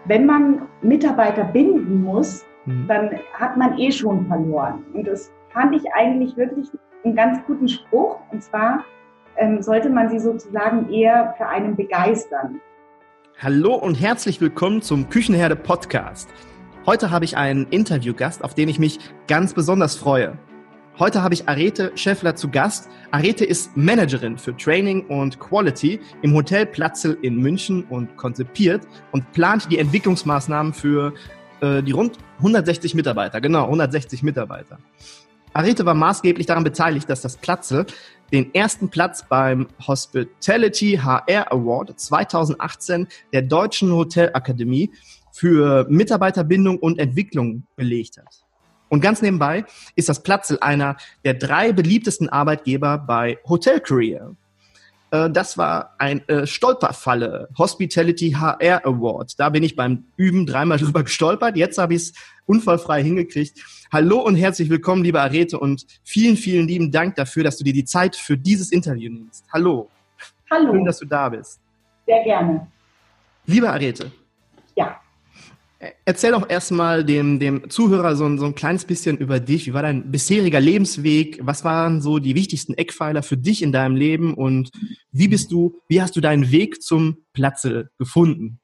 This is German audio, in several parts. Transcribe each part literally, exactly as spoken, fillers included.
wenn man Mitarbeiter binden muss, Mhm. dann hat man eh schon verloren. Und das fand ich eigentlich wirklich einen ganz guten Spruch. Und zwar ähm, sollte man sie sozusagen eher für einen begeistern. Hallo und herzlich willkommen zum Küchenherde Podcast. Heute habe ich einen Interviewgast, auf den ich mich ganz besonders freue. Heute habe ich Arete Scheffler zu Gast. Arete ist Managerin für Training und Quality im Hotel Platzl in München und konzipiert und plant die Entwicklungsmaßnahmen für äh, die rund hundertsechzig Mitarbeiter. Genau, hundertsechzig Mitarbeiter. Arete war maßgeblich daran beteiligt, dass das Platzl den ersten Platz beim Hospitality H R Award zweitausendachtzehn der Deutschen Hotelakademie für Mitarbeiterbindung und Entwicklung belegt hat. Und ganz nebenbei ist das Platzl einer der drei beliebtesten Arbeitgeber bei Hotel Career. Äh, das war ein äh, Stolperfalle, Hospitality H R Award. Da bin ich beim Üben dreimal drüber gestolpert. Jetzt habe ich es unfallfrei hingekriegt. Hallo und herzlich willkommen, liebe Arete, und vielen, vielen lieben Dank dafür, dass du dir die Zeit für dieses Interview nimmst. Hallo. Hallo. Schön, dass du da bist. Sehr gerne. Liebe Arete. Ja. Erzähl doch erstmal dem, dem Zuhörer so ein, so ein kleines bisschen über dich. Wie war dein bisheriger Lebensweg? Was waren so die wichtigsten Eckpfeiler für dich in deinem Leben? Und wie bist du, wie hast du deinen Weg zum Platzl gefunden?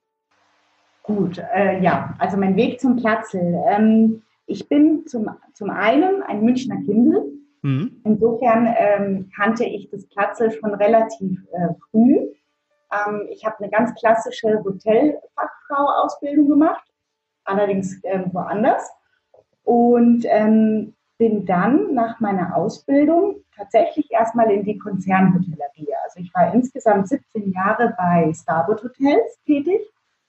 Gut, äh, ja, also mein Weg zum Platzl. Ähm, ich bin zum, zum einen ein Münchner Kindl. Mhm. Insofern ähm, kannte ich das Platzl schon relativ äh, früh. Ähm, ich habe eine ganz klassische Hotelfachfrau-Ausbildung gemacht, allerdings äh, woanders. Und ähm, bin dann nach meiner Ausbildung tatsächlich erstmal in die Konzernhotellerie. Also ich war insgesamt siebzehn Jahre bei Starboard Hotels tätig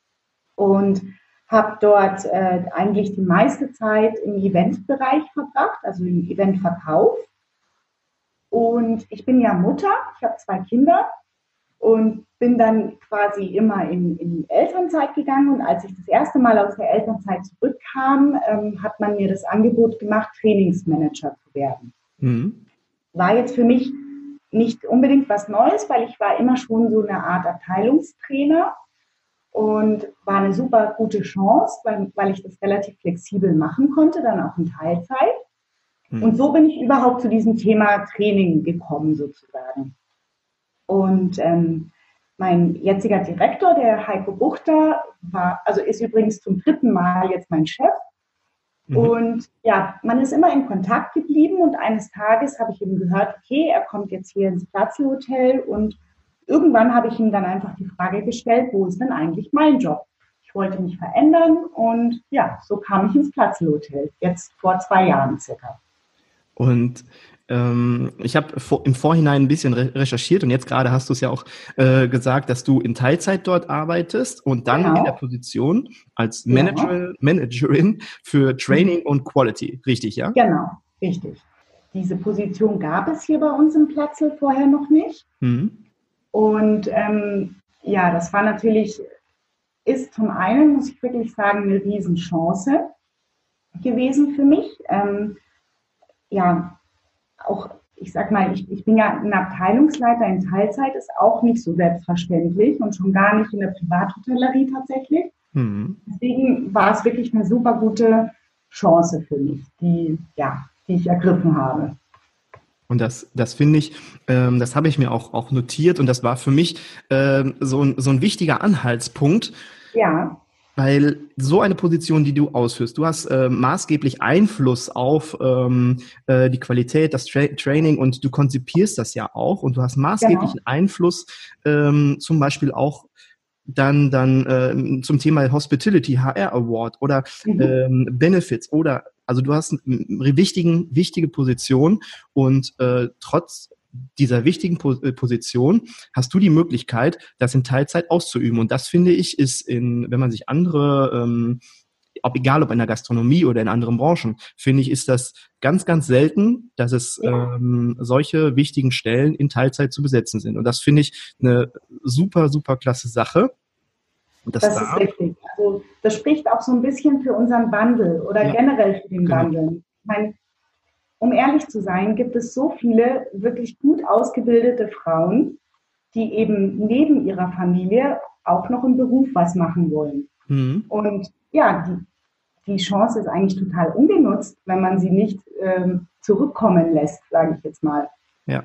und habe dort äh, eigentlich die meiste Zeit im Eventbereich verbracht, also im Eventverkauf. Und ich bin ja Mutter, ich habe zwei Kinder und bin dann quasi immer in, in Elternzeit gegangen. Und als ich das erste Mal aus der Elternzeit zurückkam, ähm, hat man mir das Angebot gemacht, Trainingsmanager zu werden. Mhm. War jetzt für mich nicht unbedingt was Neues, weil ich war immer schon so eine Art Abteilungstrainer und war eine super gute Chance, weil, weil ich das relativ flexibel machen konnte, dann auch in Teilzeit. Mhm. Und so bin ich überhaupt zu diesem Thema Training gekommen sozusagen. Und ähm, mein jetziger Direktor, der Heiko Buchter, war, also ist übrigens zum dritten Mal jetzt mein Chef. Mhm. Und ja, man ist immer in Kontakt geblieben und eines Tages habe ich eben gehört, okay, er kommt jetzt hier ins Platzl Hotel und irgendwann habe ich ihm dann einfach die Frage gestellt, wo ist denn eigentlich mein Job? Ich wollte mich verändern und ja, so kam ich ins Platzl Hotel, jetzt vor zwei Jahren circa. Und ähm, ich habe vor, im Vorhinein ein bisschen re- recherchiert und jetzt gerade hast du es ja auch äh, gesagt, dass du in Teilzeit dort arbeitest und dann Genau. in der Position als Manager, Ja. Managerin für Training und Quality, richtig, ja? Genau, richtig. Diese Position gab es hier bei uns im Platzl vorher noch nicht. Mhm. Und ähm, ja, das war natürlich, ist zum einen, muss ich wirklich sagen, eine Riesenchance gewesen für mich. Ähm, ja, auch, ich sag mal, ich, ich bin ja ein Abteilungsleiter in Teilzeit, ist auch nicht so selbstverständlich und schon gar nicht in der Privathotellerie tatsächlich. Mhm. Deswegen war es wirklich eine super gute Chance für mich, die, ja, die ich ergriffen habe. Und das, das finde ich, ähm, das habe ich mir auch, auch notiert und das war für mich ähm, so, ein, so ein wichtiger Anhaltspunkt. Ja. Weil so eine Position, die du ausführst, du hast äh, maßgeblich Einfluss auf ähm, äh, die Qualität, das Tra- Training und du konzipierst das ja auch und du hast maßgeblichen Genau. Einfluss ähm, zum Beispiel auch dann dann äh, zum Thema Hospitality H R Award oder Mhm. ähm, Benefits oder also du hast eine wichtigen, wichtige Position und äh, trotz dieser wichtigen Position hast du die Möglichkeit, das in Teilzeit auszuüben. Und das, finde ich, ist in, wenn man sich andere, ähm, ob egal ob in der Gastronomie oder in anderen Branchen, finde ich, ist das ganz, ganz selten, dass es Ja. ähm, solche wichtigen Stellen in Teilzeit zu besetzen sind. Und das finde ich eine super, super klasse Sache. Und das, Das da, ist richtig. Also das spricht auch so ein bisschen für unseren Wandel oder ja, generell für den genau. Wandel. Ich meine, um ehrlich zu sein, gibt es so viele wirklich gut ausgebildete Frauen, die eben neben ihrer Familie auch noch im Beruf was machen wollen. Mhm. Und ja, die, die Chance ist eigentlich total ungenutzt, wenn man sie nicht ähm, zurückkommen lässt, sage ich jetzt mal. Ja,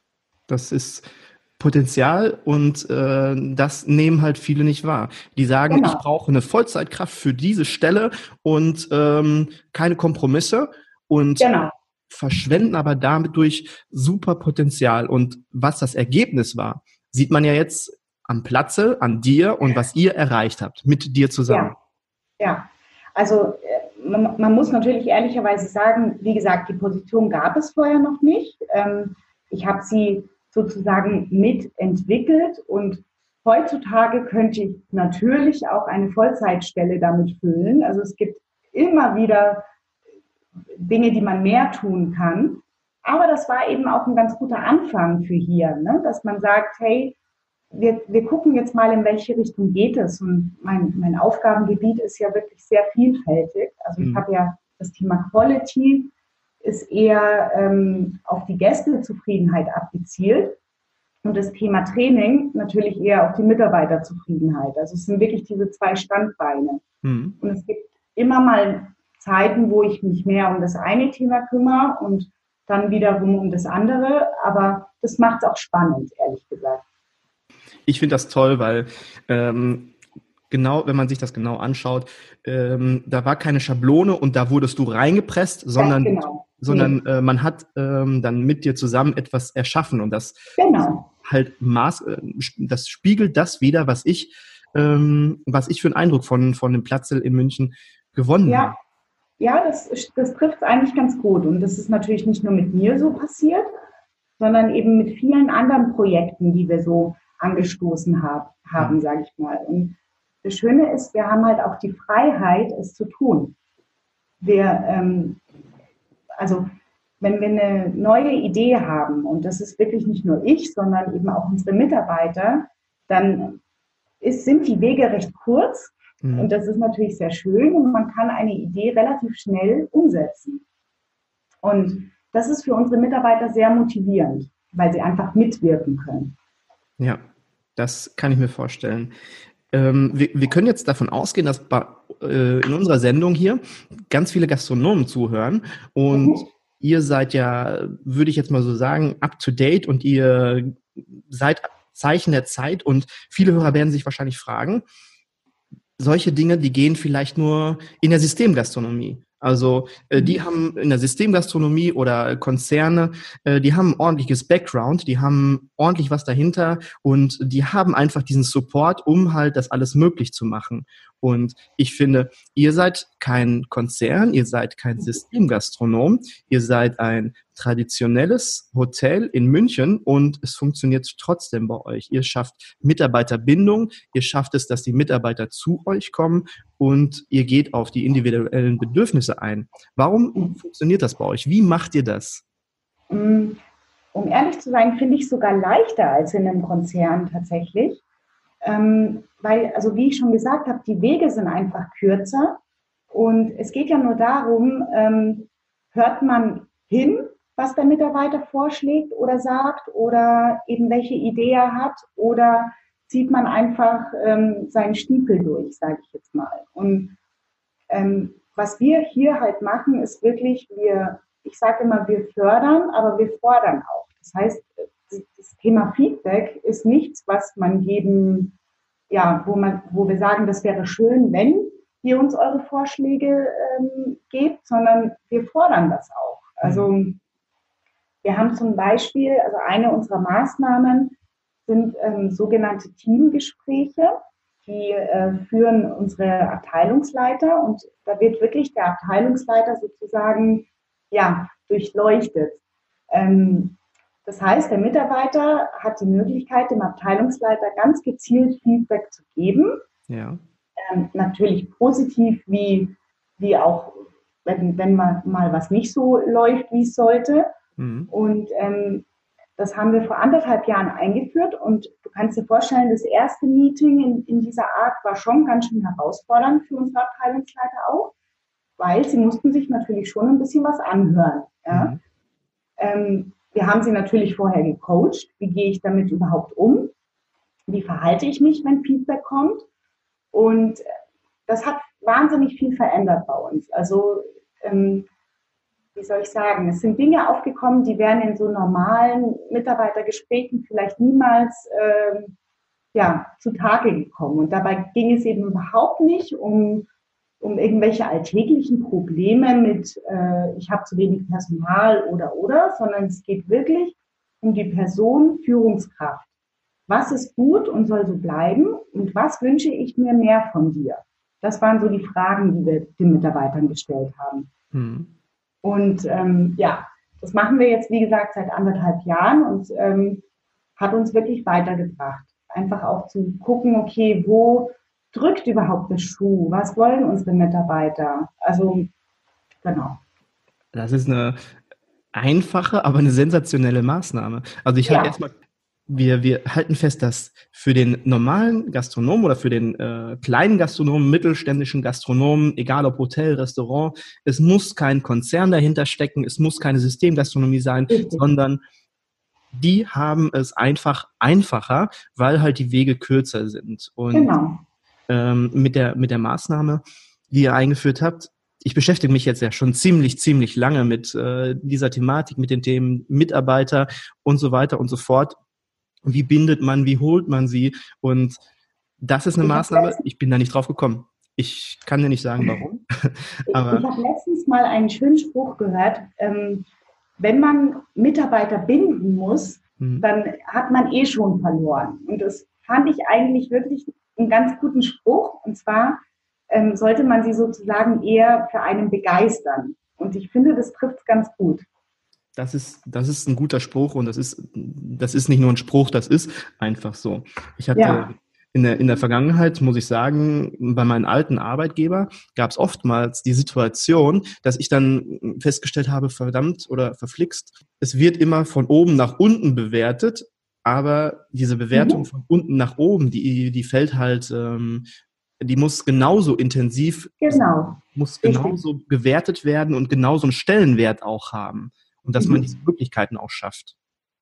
das ist Potenzial und äh, das nehmen halt viele nicht wahr. Die sagen, ich Genau, brauche eine Vollzeitkraft für diese Stelle und ähm, keine Kompromisse und genau. verschwenden aber damit durch super Potenzial. Und was das Ergebnis war, sieht man ja jetzt am Platze, an dir und was ihr erreicht habt, mit dir zusammen. Ja, ja. Also äh, man, man muss natürlich ehrlicherweise sagen, wie gesagt, die Position gab es vorher noch nicht. Ähm, ich habe sie sozusagen mitentwickelt und heutzutage könnte ich natürlich auch eine Vollzeitstelle damit füllen. Also es gibt immer wieder Dinge, die man mehr tun kann. Aber das war eben auch ein ganz guter Anfang für hier, ne? Dass man sagt, hey, wir, wir gucken jetzt mal, in welche Richtung geht es. Und mein, mein Aufgabengebiet ist ja wirklich sehr vielfältig. Also ich Mhm. habe ja das Thema Quality ist eher ähm, auf die Gästezufriedenheit abgezielt und das Thema Training natürlich eher auf die Mitarbeiterzufriedenheit. Also es sind wirklich diese zwei Standbeine. Mhm. Und es gibt immer mal Zeiten, wo ich mich mehr um das eine Thema kümmere und dann wiederum um das andere. Aber das macht es auch spannend, ehrlich gesagt. Ich finde das toll, weil ähm, genau, wenn man sich das genau anschaut, ähm, da war keine Schablone und da wurdest du reingepresst, Ganz sondern, genau. Nee, sondern äh, man hat ähm, dann mit dir zusammen etwas erschaffen und das genau. halt Maß, äh, das spiegelt das wider, was ich, ähm, was ich für einen Eindruck von, von dem Platzel in München gewonnen habe. Ja, ja, das, das trifft es eigentlich ganz gut. Und das ist natürlich nicht nur mit mir so passiert, sondern eben mit vielen anderen Projekten, die wir so angestoßen hab, haben, Mhm. sage ich mal. Und das Schöne ist, wir haben halt auch die Freiheit, es zu tun. Wir, ähm, also wenn wir eine neue Idee haben, und das ist wirklich nicht nur ich, sondern eben auch unsere Mitarbeiter, dann ist, sind die Wege recht kurz. Und Mhm. das ist natürlich sehr schön und man kann eine Idee relativ schnell umsetzen. Und das ist für unsere Mitarbeiter sehr motivierend, weil sie einfach mitwirken können. Ja, das kann ich mir vorstellen. Ähm, wir, wir können jetzt davon ausgehen, dass bei, äh, in unserer Sendung hier ganz viele Gastronomen zuhören und Mhm. ihr seid ja, würde ich jetzt mal so sagen, up to date und ihr seid Zeichen der Zeit und viele Hörer werden sich wahrscheinlich fragen, solche Dinge, die gehen vielleicht nur in der Systemgastronomie. Also äh, die Mhm. haben in der Systemgastronomie oder Konzerne, äh, die haben ein ordentliches Background, die haben ordentlich was dahinter und die haben einfach diesen Support, um halt das alles möglich zu machen. Und ich finde, ihr seid kein Konzern, ihr seid kein Systemgastronom, ihr seid ein traditionelles Hotel in München und es funktioniert trotzdem bei euch. Ihr schafft Mitarbeiterbindung, ihr schafft es, dass die Mitarbeiter zu euch kommen und ihr geht auf die individuellen Bedürfnisse ein. Warum funktioniert das bei euch? Wie macht ihr das? Um ehrlich zu sein, finde ich es sogar leichter als in einem Konzern tatsächlich. Ähm, weil, also wie ich schon gesagt habe, die Wege sind einfach kürzer. Und es geht ja nur darum, ähm, hört man hin, was der Mitarbeiter vorschlägt oder sagt oder eben welche Idee er hat oder zieht man einfach ähm, seinen Stiefel durch, sage ich jetzt mal. Und ähm, was wir hier halt machen, ist wirklich, wir, ich sage immer, wir fördern, aber wir fordern auch. Das heißt, das Thema Feedback ist nichts, was man jedem, ja, wo man, wo wir sagen, das wäre schön, wenn ihr uns eure Vorschläge ähm, gebt, sondern wir fordern das auch. Hm. Also wir haben zum Beispiel, also eine unserer Maßnahmen sind ähm, sogenannte Teamgespräche. Die äh, führen unsere Abteilungsleiter und da wird wirklich der Abteilungsleiter sozusagen ja, durchleuchtet. Ähm, das heißt, der Mitarbeiter hat die Möglichkeit, dem Abteilungsleiter ganz gezielt Feedback zu geben. Ja. Ähm, natürlich positiv, wie, wie auch, wenn, wenn mal, mal was nicht so läuft, wie es sollte. Hm. Und ähm, das haben wir vor anderthalb Jahren eingeführt und du kannst dir vorstellen, das erste Meeting in, in dieser Art war schon ganz schön herausfordernd für unsere Abteilungsleiter auch, weil sie mussten sich natürlich schon ein bisschen was anhören. Ja? Hm. Ähm, wir haben sie natürlich vorher gecoacht, wie gehe ich damit überhaupt um, wie verhalte ich mich, wenn Feedback kommt und das hat wahnsinnig viel verändert bei uns. Also, ähm, wie soll ich sagen, es sind Dinge aufgekommen, die wären in so normalen Mitarbeitergesprächen vielleicht niemals ähm, ja, zutage gekommen. Und dabei ging es eben überhaupt nicht um, um irgendwelche alltäglichen Probleme mit, äh, ich habe zu wenig Personal oder oder, sondern es geht wirklich um die Person Führungskraft. Was ist gut und soll so bleiben und was wünsche ich mir mehr von dir? Das waren so die Fragen, die wir den Mitarbeitern gestellt haben. Hm. Und ähm, ja, das machen wir jetzt, wie gesagt, seit anderthalb Jahren und ähm, hat uns wirklich weitergebracht. Einfach auch zu gucken, okay, wo drückt überhaupt der Schuh? Was wollen unsere Mitarbeiter? Also, genau. Das ist eine einfache, aber eine sensationelle Maßnahme. Also ich halte Ja. erstmal, wir, wir halten fest, dass für den normalen Gastronomen oder für den äh, kleinen Gastronomen, mittelständischen Gastronomen, egal ob Hotel, Restaurant, es muss kein Konzern dahinter stecken, es muss keine Systemgastronomie sein, Richtig. sondern die haben es einfach einfacher, weil halt die Wege kürzer sind. Und Genau. ähm, mit der, mit der Maßnahme, die ihr eingeführt habt, ich beschäftige mich jetzt ja schon ziemlich, ziemlich lange mit äh, dieser Thematik, mit den Themen Mitarbeiter und so weiter und so fort. Wie bindet man, wie holt man sie? Und das ist eine Ich habe Maßnahme, letztens, ich bin da nicht drauf gekommen. Ich kann dir nicht sagen, warum, ich, ich aber hab letztens mal einen schönen Spruch gehört, ähm, wenn man Mitarbeiter binden muss, hm, dann hat man eh schon verloren. Und das fand ich eigentlich wirklich einen ganz guten Spruch. Und zwar ähm, sollte man sie sozusagen eher für einen begeistern. Und ich finde, das trifft es ganz gut. das ist, das ist ein guter Spruch und das ist, das ist nicht nur ein Spruch, das ist einfach so. Ich hatte Ja. in der, in der Vergangenheit, muss ich sagen, bei meinem alten Arbeitgeber gab es oftmals die Situation, dass ich dann festgestellt habe, verdammt oder verflixt, es wird immer von oben nach unten bewertet, aber diese Bewertung Mhm. von unten nach oben, die, die fällt halt, ähm, die muss genauso intensiv, Genau. muss Richtig. genauso gewertet werden und genauso einen Stellenwert auch haben. Und dass man diese Mhm. Möglichkeiten auch schafft.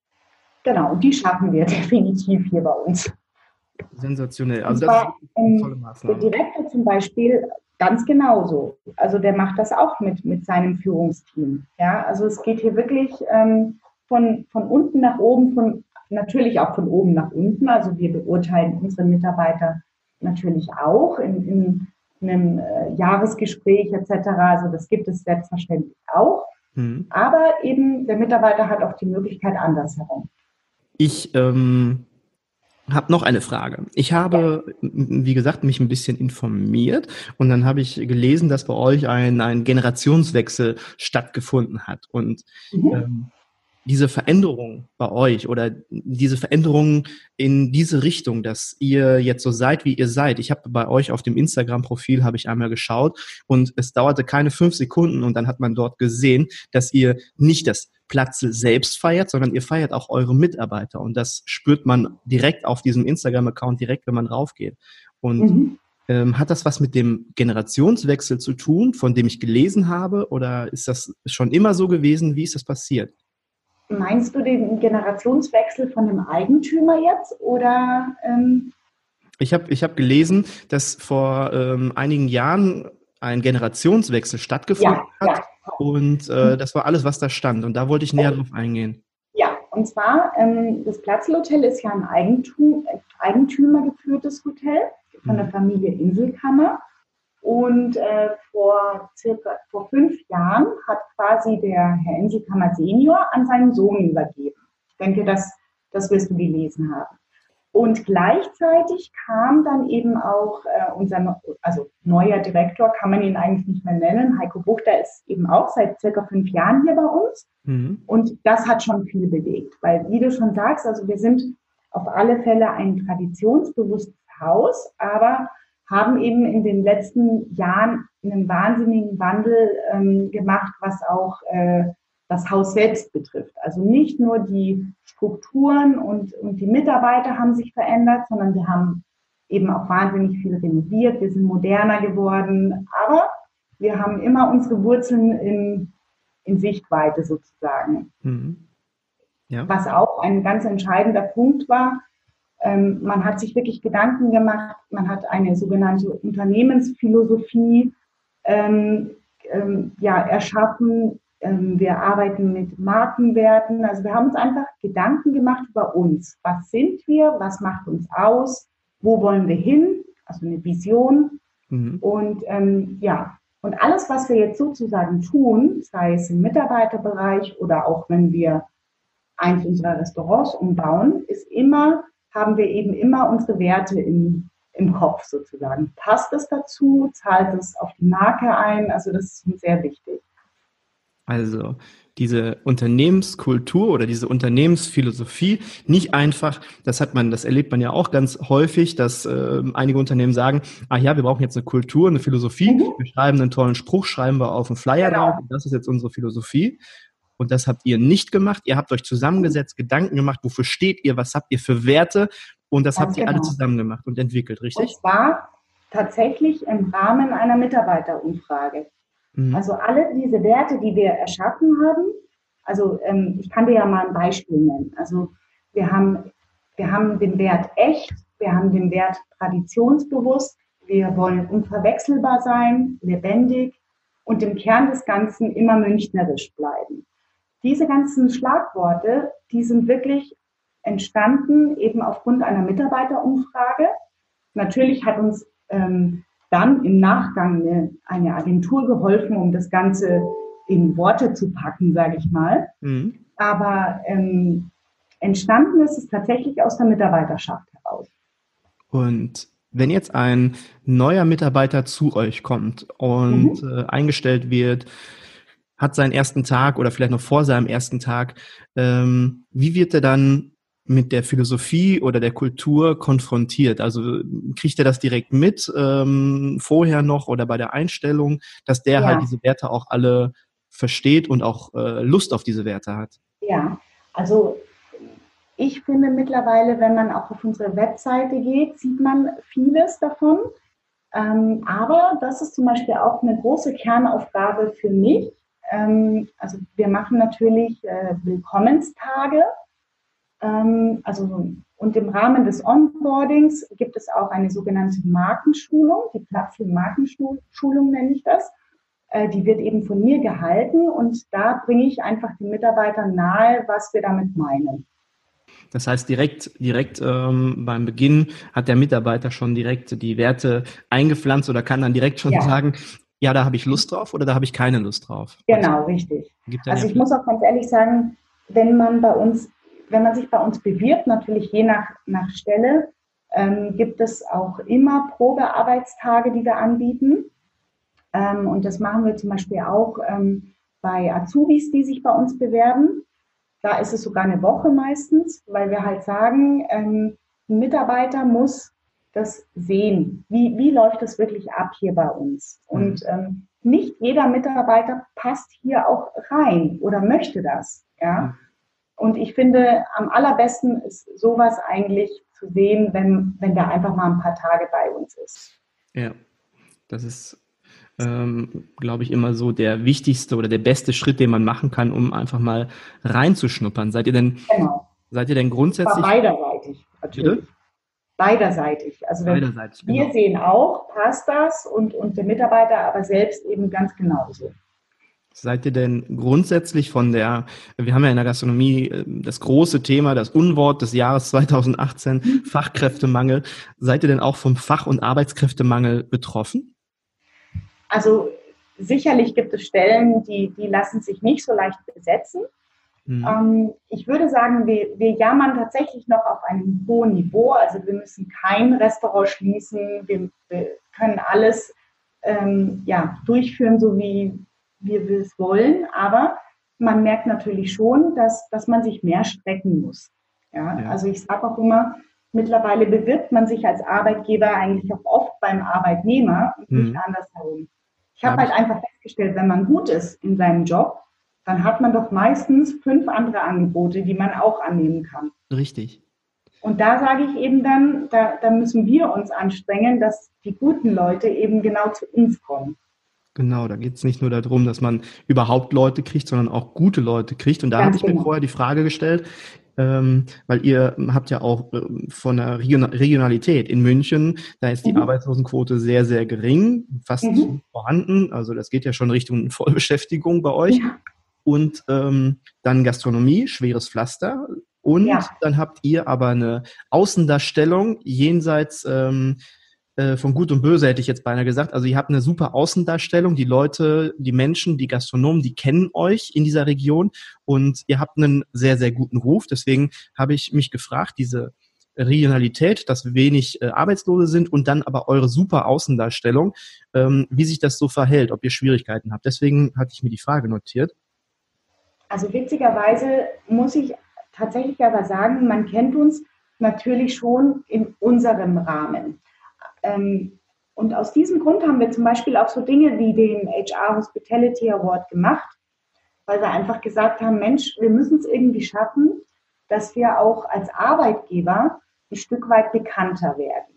Genau. Und die schaffen wir definitiv hier bei uns. Sensationell. Und Also das ist zwar wirklich eine tolle ähm, der Maßnahme. Direktor zum Beispiel ganz genauso. Also der macht das auch mit, mit seinem Führungsteam. Ja, also es geht hier wirklich ähm, von, von unten nach oben, von, natürlich auch von oben nach unten. Also wir beurteilen unsere Mitarbeiter natürlich auch in, in einem äh, Jahresgespräch et cetera. Also das gibt es selbstverständlich auch. Hm. Aber eben der Mitarbeiter hat auch die Möglichkeit andersherum. Ich ähm, habe noch eine Frage. Ich Ja. habe, wie gesagt, mich ein bisschen informiert und dann habe ich gelesen, dass bei euch ein, ein Generationswechsel stattgefunden hat. Und Mhm. ähm, diese Veränderung bei euch oder diese Veränderung in diese Richtung, dass ihr jetzt so seid, wie ihr seid. Ich habe bei euch auf dem Instagram-Profil habe ich einmal geschaut und es dauerte keine fünf Sekunden und dann hat man dort gesehen, dass ihr nicht das Platze selbst feiert, sondern ihr feiert auch eure Mitarbeiter und das spürt man direkt auf diesem Instagram-Account, direkt, wenn man raufgeht. Und Mhm. ähm, hat das was mit dem Generationswechsel zu tun, von dem ich gelesen habe, oder ist das schon immer so gewesen? Wie ist das passiert? Meinst du den Generationswechsel von dem Eigentümer jetzt oder ähm, Ich habe ich hab gelesen, dass vor ähm, einigen Jahren ein Generationswechsel stattgefunden ja, hat ja. und äh, das war alles, was da stand. Und da wollte ich näher Okay. drauf eingehen. Ja, und zwar ähm, das Platzl-Hotel ist ja ein Eigentum, äh, eigentümergeführtes Hotel von der Mhm. Familie Inselkammer. Und äh, vor circa vor fünf Jahren hat quasi der Herr Inselkammer Senior an seinen Sohn übergeben. Ich denke, das, das wirst du gelesen haben. Und gleichzeitig kam dann eben auch äh, unser, also neuer Direktor, kann man ihn eigentlich nicht mehr nennen, Heiko Buchter ist eben auch seit circa fünf Jahren hier bei uns. Mhm. Und das hat schon viel bewegt, weil wie du schon sagst, also wir sind auf alle Fälle ein traditionsbewusstes Haus, aber haben eben in den letzten Jahren einen wahnsinnigen Wandel ähm, gemacht, was auch äh, das Haus selbst betrifft. Also nicht nur die Strukturen und, und die Mitarbeiter haben sich verändert, sondern wir haben eben auch wahnsinnig viel renoviert. Wir sind moderner geworden, aber wir haben immer unsere Wurzeln in, in Sichtweite sozusagen. Mhm. Ja. Was auch ein ganz entscheidender Punkt war, Ähm, man hat sich wirklich Gedanken gemacht, man hat eine sogenannte Unternehmensphilosophie ähm, ähm, ja, erschaffen. Ähm, wir arbeiten mit Markenwerten. Also wir haben uns einfach Gedanken gemacht über uns. Was sind wir? Was macht uns aus? Wo wollen wir hin? Also eine Vision. Mhm. Und ähm, ja, und alles, was wir jetzt sozusagen tun, sei es im Mitarbeiterbereich oder auch wenn wir eins unserer Restaurants umbauen, ist immer, haben wir eben immer unsere Werte im, im Kopf sozusagen. Passt es dazu? Zahlt es auf die Marke ein? Also das ist uns sehr wichtig. Also diese Unternehmenskultur oder diese Unternehmensphilosophie, nicht einfach, das hat man, das erlebt man ja auch ganz häufig, dass äh, einige Unternehmen sagen, ah ja, wir brauchen jetzt eine Kultur, eine Philosophie, mhm. wir schreiben einen tollen Spruch, schreiben wir auf einen Flyer genau. drauf, und das ist jetzt unsere Philosophie. Und das habt ihr nicht gemacht. Ihr habt euch zusammengesetzt, Gedanken gemacht, wofür steht ihr, was habt ihr für Werte, und das ganz habt ihr genau. alle zusammen gemacht und entwickelt, richtig? Und zwar tatsächlich im Rahmen einer Mitarbeiterumfrage. Mhm. Also alle diese Werte, die wir erschaffen haben, also ähm, ich kann dir ja mal ein Beispiel nennen. Also wir haben, wir haben den Wert echt, wir haben den Wert traditionsbewusst, wir wollen unverwechselbar sein, lebendig und im Kern des Ganzen immer münchnerisch bleiben. Diese ganzen Schlagworte, die sind wirklich entstanden eben aufgrund einer Mitarbeiterumfrage. Natürlich hat uns ähm, dann im Nachgang eine, eine Agentur geholfen, um das Ganze in Worte zu packen, sage ich mal. Mhm. Aber ähm, entstanden ist es tatsächlich aus der Mitarbeiterschaft heraus. Und wenn jetzt ein neuer Mitarbeiter zu euch kommt und mhm. äh, eingestellt wird, hat seinen ersten Tag oder vielleicht noch vor seinem ersten Tag, ähm, wie wird er dann mit der Philosophie oder der Kultur konfrontiert? Also kriegt er das direkt mit, ähm, vorher noch oder bei der Einstellung, dass der ja. halt diese Werte auch alle versteht und auch äh, Lust auf diese Werte hat? Ja, also ich finde mittlerweile, wenn man auch auf unsere Webseite geht, sieht man vieles davon. Ähm, aber das ist zum Beispiel auch eine große Kernaufgabe für mich. Ähm, also wir machen natürlich äh, Willkommenstage. Ähm, also, und im Rahmen des Onboardings gibt es auch eine sogenannte Markenschulung, die Plattform Markenschulung nenne ich das. Äh, die wird eben von mir gehalten und da bringe ich einfach den Mitarbeitern nahe, was wir damit meinen. Das heißt, direkt, direkt ähm, beim Beginn hat der Mitarbeiter schon direkt die Werte eingepflanzt oder kann dann direkt schon ja. sagen, ja, da habe ich Lust drauf oder da habe ich keine Lust drauf. Genau, also, richtig. Also ich muss auch ganz ehrlich sagen, wenn man bei uns, wenn man sich bei uns bewirbt, natürlich je nach, nach Stelle, ähm, gibt es auch immer Probearbeitstage, die wir anbieten. Ähm, und das machen wir zum Beispiel auch ähm, bei Azubis, die sich bei uns bewerben. Da ist es sogar eine Woche meistens, weil wir halt sagen, ähm, ein Mitarbeiter muss das sehen. Wie, wie läuft das wirklich ab hier bei uns? Und ähm, nicht jeder Mitarbeiter passt hier auch rein oder möchte das. Ja? Und ich finde, am allerbesten ist sowas eigentlich zu sehen, wenn, wenn der einfach mal ein paar Tage bei uns ist. Ja, das ist, ähm, glaube ich, immer so der wichtigste oder der beste Schritt, den man machen kann, um einfach mal reinzuschnuppern. Seid ihr denn, genau. seid ihr denn grundsätzlich... Das war beiderseitig, natürlich. Bitte? Beiderseitig. Also Beiderseitig, wir genau. sehen auch, passt das und, und der Mitarbeiter aber selbst eben ganz genauso. Seid ihr denn grundsätzlich von der, wir haben ja in der Gastronomie das große Thema, das Unwort des Jahres zweitausendachtzehn, mhm. Fachkräftemangel. Seid ihr denn auch vom Fach- und Arbeitskräftemangel betroffen? Also sicherlich gibt es Stellen, die, die lassen sich nicht so leicht besetzen. Mhm. Ähm, ich würde sagen, wir, wir jammern tatsächlich noch auf einem hohen Niveau. Also wir müssen kein Restaurant schließen. Wir, wir können alles ähm, ja, durchführen, so wie, wie wir es wollen. Aber man merkt natürlich schon, dass, dass man sich mehr strecken muss. Ja? Ja. Also ich sage auch immer, mittlerweile bewirbt man sich als Arbeitgeber eigentlich auch oft beim Arbeitnehmer und mhm. nicht andersherum. Ich habe halt einfach festgestellt, wenn man gut ist in seinem Job, dann hat man doch meistens fünf andere Angebote, die man auch annehmen kann. Richtig. Und da sage ich eben dann, da, da müssen wir uns anstrengen, dass die guten Leute eben genau zu uns kommen. Genau, da geht es nicht nur darum, dass man überhaupt Leute kriegt, sondern auch gute Leute kriegt. Und da habe ich genau. mir vorher die Frage gestellt, ähm, weil ihr habt ja auch äh, von der Region- Regionalität in München, da ist die Mhm. Arbeitslosenquote sehr, sehr gering, fast Mhm. nicht vorhanden. Also das geht ja schon Richtung Vollbeschäftigung bei euch. Ja. Und ähm, dann Gastronomie, schweres Pflaster. Und Ja. dann habt ihr aber eine Außendarstellung jenseits ähm, äh, von Gut und Böse, hätte ich jetzt beinahe gesagt. Also ihr habt eine super Außendarstellung. Die Leute, die Menschen, die Gastronomen, die kennen euch in dieser Region und ihr habt einen sehr, sehr guten Ruf. Deswegen habe ich mich gefragt, diese Regionalität, dass wenig äh, Arbeitslose sind und dann aber eure super Außendarstellung, ähm, wie sich das so verhält, ob ihr Schwierigkeiten habt. Deswegen hatte ich mir die Frage notiert. Also witzigerweise muss ich tatsächlich aber sagen, man kennt uns natürlich schon in unserem Rahmen. Ähm, und aus diesem Grund haben wir zum Beispiel auch so Dinge wie den H R Hospitality Award gemacht, weil wir einfach gesagt haben, Mensch, wir müssen es irgendwie schaffen, dass wir auch als Arbeitgeber ein Stück weit bekannter werden.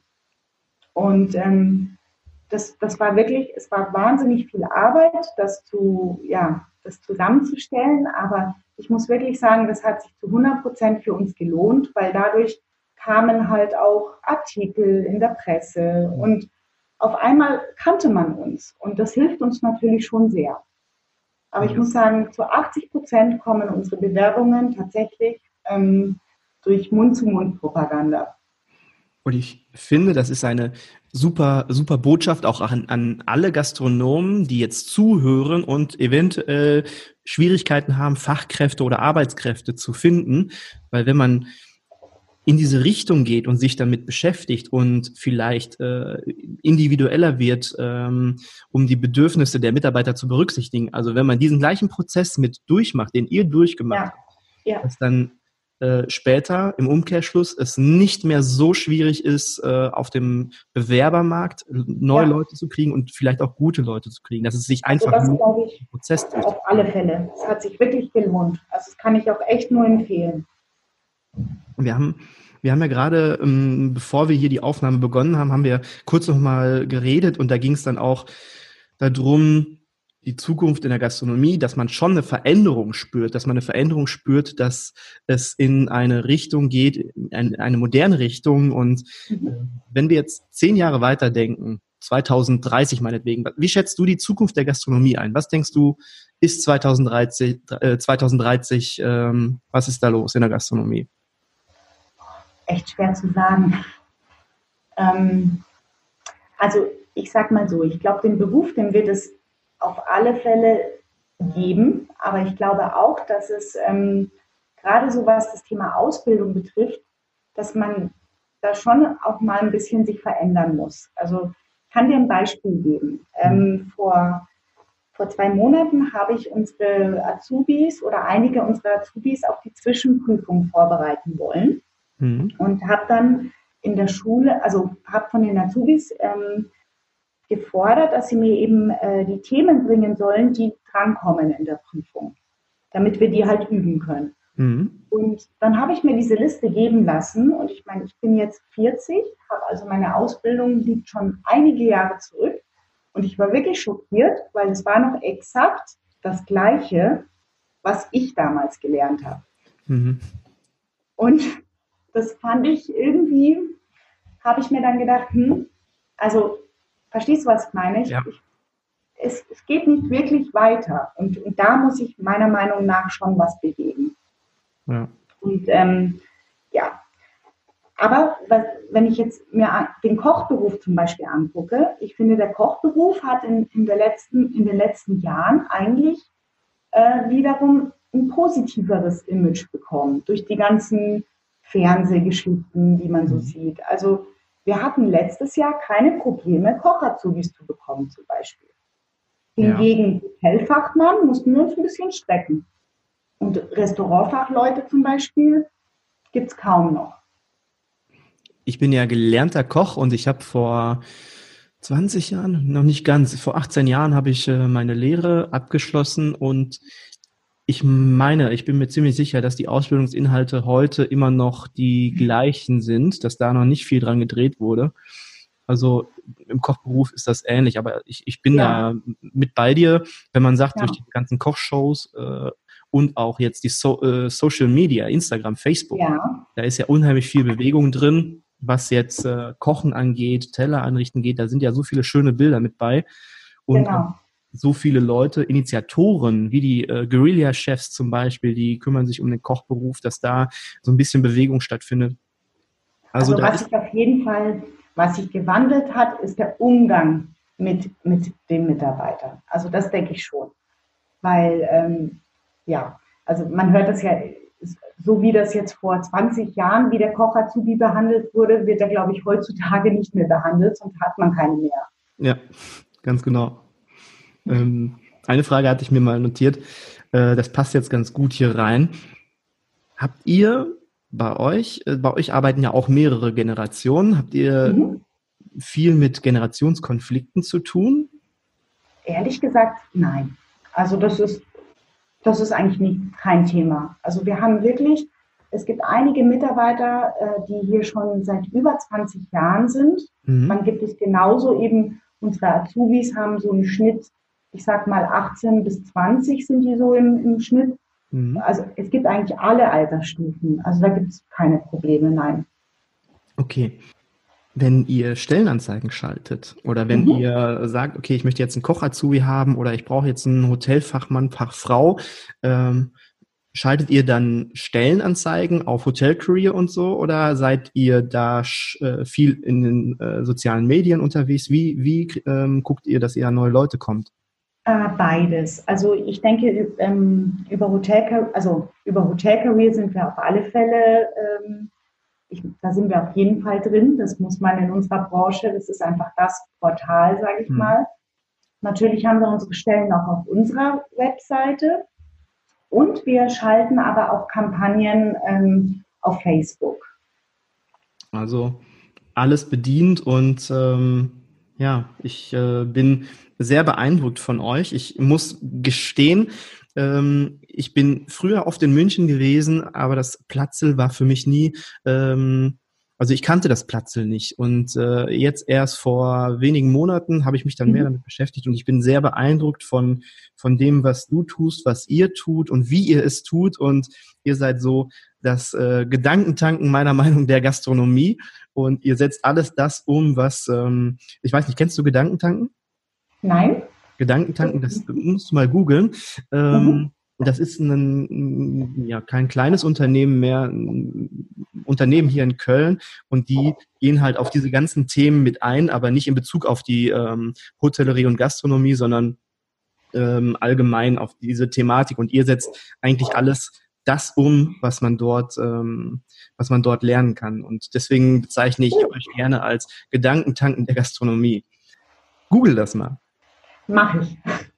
Und ähm, das, das war wirklich, es war wahnsinnig viel Arbeit, das zu, ja, das zusammenzustellen, aber ich muss wirklich sagen, das hat sich zu hundert Prozent für uns gelohnt, weil dadurch kamen halt auch Artikel in der Presse und auf einmal kannte man uns und das hilft uns natürlich schon sehr. Aber ich muss sagen, zu achtzig Prozent kommen unsere Bewerbungen tatsächlich ähm, durch Mund-zu-Mund-Propaganda. Und ich finde, das ist eine super, super Botschaft auch an, an alle Gastronomen, die jetzt zuhören und eventuell Schwierigkeiten haben, Fachkräfte oder Arbeitskräfte zu finden. Weil wenn man in diese Richtung geht und sich damit beschäftigt und vielleicht äh, individueller wird, ähm, um die Bedürfnisse der Mitarbeiter zu berücksichtigen. Also wenn man diesen gleichen Prozess mit durchmacht, den ihr durchgemacht Ja, habt, ja. dass dann äh, später im Umkehrschluss es nicht mehr so schwierig ist, äh, auf dem Bewerbermarkt neue Ja. Leute zu kriegen und vielleicht auch gute Leute zu kriegen, dass es sich Also einfach das nur glaube ich im Prozess auf alle Fälle. Es hat sich wirklich gelohnt. Also das kann ich auch echt nur empfehlen. Wir haben, wir haben ja gerade, ähm, bevor wir hier die Aufnahme begonnen haben, haben wir kurz noch mal geredet und da ging es dann auch darum, die Zukunft in der Gastronomie, dass man schon eine Veränderung spürt, dass man eine Veränderung spürt, dass es in eine Richtung geht, in eine moderne Richtung. Und Mhm. äh, wenn wir jetzt zehn Jahre weiterdenken, zwanzig dreißig meinetwegen, wie schätzt du die Zukunft der Gastronomie ein? Was denkst du, ist zwanzig dreißig, äh, zwanzig dreißig ähm, was ist da los in der Gastronomie? Echt schwer zu sagen. Ähm, also ich sag mal so, ich glaube, den Beruf, den wird es auf alle Fälle geben, aber ich glaube auch, dass es ähm, gerade so was das Thema Ausbildung betrifft, dass man da schon auch mal ein bisschen sich verändern muss. Also ich kann dir ein Beispiel geben. Ähm, vor, vor zwei Monaten habe ich unsere Azubis oder einige unserer Azubis auf die Zwischenprüfung vorbereiten wollen. Mhm. Und habe dann in der Schule, also habe von den Azubis ähm, gefordert, dass sie mir eben äh, die Themen bringen sollen, die drankommen in der Prüfung, damit wir die halt üben können. Mhm. Und dann habe ich mir diese Liste geben lassen und ich meine, ich bin jetzt vierzig, habe also meine Ausbildung liegt schon einige Jahre zurück und ich war wirklich schockiert, weil es war noch exakt das Gleiche, was ich damals gelernt habe. Mhm. Und das fand ich irgendwie, habe ich mir dann gedacht, hm, also verstehst du, was ich meine? Ich, Ja. ich, es, es geht nicht wirklich weiter und, und da muss ich meiner Meinung nach schon was bewegen. Ja. Und ähm, ja, aber was, wenn ich jetzt mir den Kochberuf zum Beispiel angucke, ich finde, der Kochberuf hat in, in, der letzten, in den letzten Jahren eigentlich äh, wiederum ein positiveres Image bekommen durch die ganzen Fernsehgeschichten, die man so sieht. Also wir hatten letztes Jahr keine Probleme, Kochazubis zu bekommen zum Beispiel. Hingegen Hotelfachmann mussten wir uns ein bisschen strecken. Und Restaurantfachleute zum Beispiel gibt es kaum noch. Ich bin ja gelernter Koch und ich habe vor zwanzig Jahren, noch nicht ganz, vor achtzehn Jahren habe ich äh, meine Lehre abgeschlossen und ich meine, ich bin mir ziemlich sicher, dass die Ausbildungsinhalte heute immer noch die gleichen sind, dass da noch nicht viel dran gedreht wurde. Also im Kochberuf ist das ähnlich, aber ich, ich bin Ja. da mit bei dir, wenn man sagt, Ja. durch die ganzen Kochshows äh, und auch jetzt die so- äh, Social Media, Instagram, Facebook. Ja. Da ist ja unheimlich viel Bewegung drin, was jetzt äh, Kochen angeht, Teller anrichten geht. Da sind ja so viele schöne Bilder mit bei. Und Genau. so viele Leute, Initiatoren, wie die äh, Guerilla-Chefs zum Beispiel, die kümmern sich um den Kochberuf, dass da so ein bisschen Bewegung stattfindet. Also, Also da was ist sich auf jeden Fall, was sich gewandelt hat, ist der Umgang mit, mit den Mitarbeitern. Also das denke ich schon. Weil, ähm, ja, also man hört das ja, so wie das jetzt vor zwanzig Jahren, wie der Koch Azubi behandelt wurde, wird er, glaube ich, heutzutage nicht mehr behandelt, sonst hat man keine mehr. ja, ganz genau. Ähm, eine Frage hatte ich mir mal notiert, äh, das passt jetzt ganz gut hier rein. Habt ihr bei euch, äh, bei euch arbeiten ja auch mehrere Generationen, habt ihr Mhm. viel mit Generationskonflikten zu tun? Ehrlich gesagt, nein. Also das ist, das ist eigentlich nicht, kein Thema. Also wir haben wirklich, es gibt einige Mitarbeiter, äh, die hier schon seit über zwanzig Jahren sind. Mhm. Dann gibt es genauso eben, unsere Azubis haben so einen Schnitt, ich sag mal achtzehn bis zwanzig sind die so im, im Schnitt. Mhm. Also es gibt eigentlich alle Altersstufen. Also da gibt es keine Probleme, nein. Okay. Wenn ihr Stellenanzeigen schaltet oder wenn Mhm. ihr sagt, okay, ich möchte jetzt einen Koch-Azubi haben oder ich brauche jetzt einen Hotelfachmann, Fachfrau, ähm, schaltet ihr dann Stellenanzeigen auf Hotel Career und so oder seid ihr da sch- äh, viel in den äh, sozialen Medien unterwegs? Wie, wie ähm, guckt ihr, dass ihr an neue Leute kommt? Äh, beides. Also ich denke, ähm, über Hotel, also über Hotel Career sind wir auf alle Fälle, ähm, ich, da sind wir auf jeden Fall drin. Das muss man in unserer Branche, das ist einfach das Portal, sage ich Hm. mal. Natürlich haben wir unsere Stellen auch auf unserer Webseite und wir schalten aber auch Kampagnen ähm, auf Facebook. Also alles bedient und ähm, ja, ich äh, bin sehr beeindruckt von euch. Ich muss gestehen, ähm, ich bin früher oft in München gewesen, aber das Platzl war für mich nie, ähm, also ich kannte das Platzl nicht. Und äh, jetzt erst vor wenigen Monaten habe ich mich dann mehr Mhm. damit beschäftigt und ich bin sehr beeindruckt von, von dem, was du tust, was ihr tut und wie ihr es tut. Und ihr seid so das äh, Gedankentanken meiner Meinung der Gastronomie. Und ihr setzt alles das um, was, ähm, ich weiß nicht, kennst du Gedankentanken? Nein? Gedankentanken, das musst du mal googeln. Mhm. Ähm, das ist ein, ja, kein kleines Unternehmen mehr, ein Unternehmen hier in Köln und die gehen halt auf diese ganzen Themen mit ein, aber nicht in Bezug auf die ähm, Hotellerie und Gastronomie, sondern ähm, allgemein auf diese Thematik und ihr setzt eigentlich alles das um, was man dort, ähm, was man dort lernen kann. Und deswegen bezeichne ich euch gerne als Gedankentanken der Gastronomie. Google das mal. Mache ich.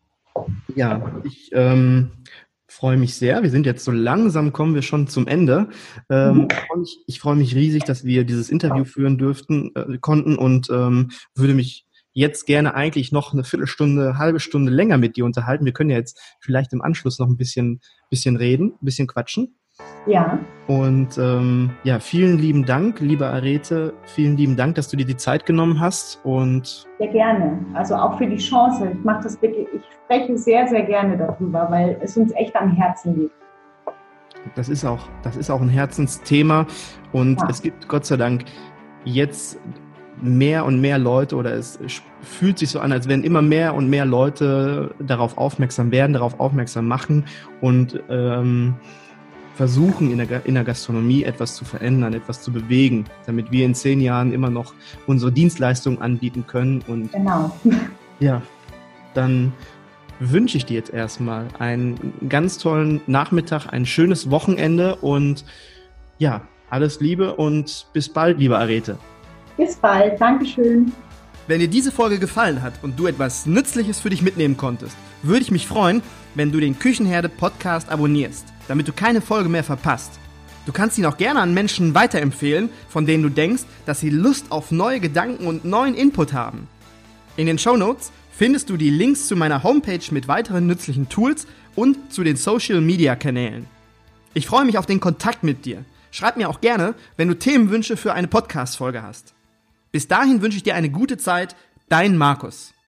Ja, ich ähm, freue mich sehr. Wir sind jetzt so langsam, kommen wir schon zum Ende. Ähm, Mhm. ich freue mich, ich freue mich riesig, dass wir dieses Interview führen dürften, äh, konnten und ähm, würde mich jetzt gerne eigentlich noch eine Viertelstunde, halbe Stunde länger mit dir unterhalten. Wir können ja jetzt vielleicht im Anschluss noch ein bisschen, bisschen reden, ein bisschen quatschen. Ja, Und ähm, ja, vielen lieben Dank, liebe Arete. Vielen lieben Dank, dass du dir die Zeit genommen hast. Und sehr gerne. Also auch für die Chance. Ich mache das wirklich, ich spreche sehr, sehr gerne darüber, weil es uns echt am Herzen liegt. das ist auch, das ist auch ein Herzensthema. Und Ja. es gibt Gott sei Dank jetzt mehr und mehr Leute oder es fühlt sich so an, als wenn immer mehr und mehr Leute darauf aufmerksam werden, darauf aufmerksam machen und ähm, versuchen in der, in der Gastronomie etwas zu verändern, etwas zu bewegen, damit wir in zehn Jahren immer noch unsere Dienstleistungen anbieten können. Und Genau. ja, dann wünsche ich dir jetzt erstmal einen ganz tollen Nachmittag, ein schönes Wochenende und ja, alles Liebe und bis bald, liebe Arete. Bis bald. Dankeschön. Wenn dir diese Folge gefallen hat und du etwas Nützliches für dich mitnehmen konntest, würde ich mich freuen, wenn du den Küchenherde Podcast abonnierst, damit du keine Folge mehr verpasst. Du kannst ihn auch gerne an Menschen weiterempfehlen, von denen du denkst, dass sie Lust auf neue Gedanken und neuen Input haben. In den Shownotes findest du die Links zu meiner Homepage mit weiteren nützlichen Tools und zu den Social-Media-Kanälen. Ich freue mich auf den Kontakt mit dir. Schreib mir auch gerne, wenn du Themenwünsche für eine Podcast-Folge hast. Bis dahin wünsche ich dir eine gute Zeit, dein Markus.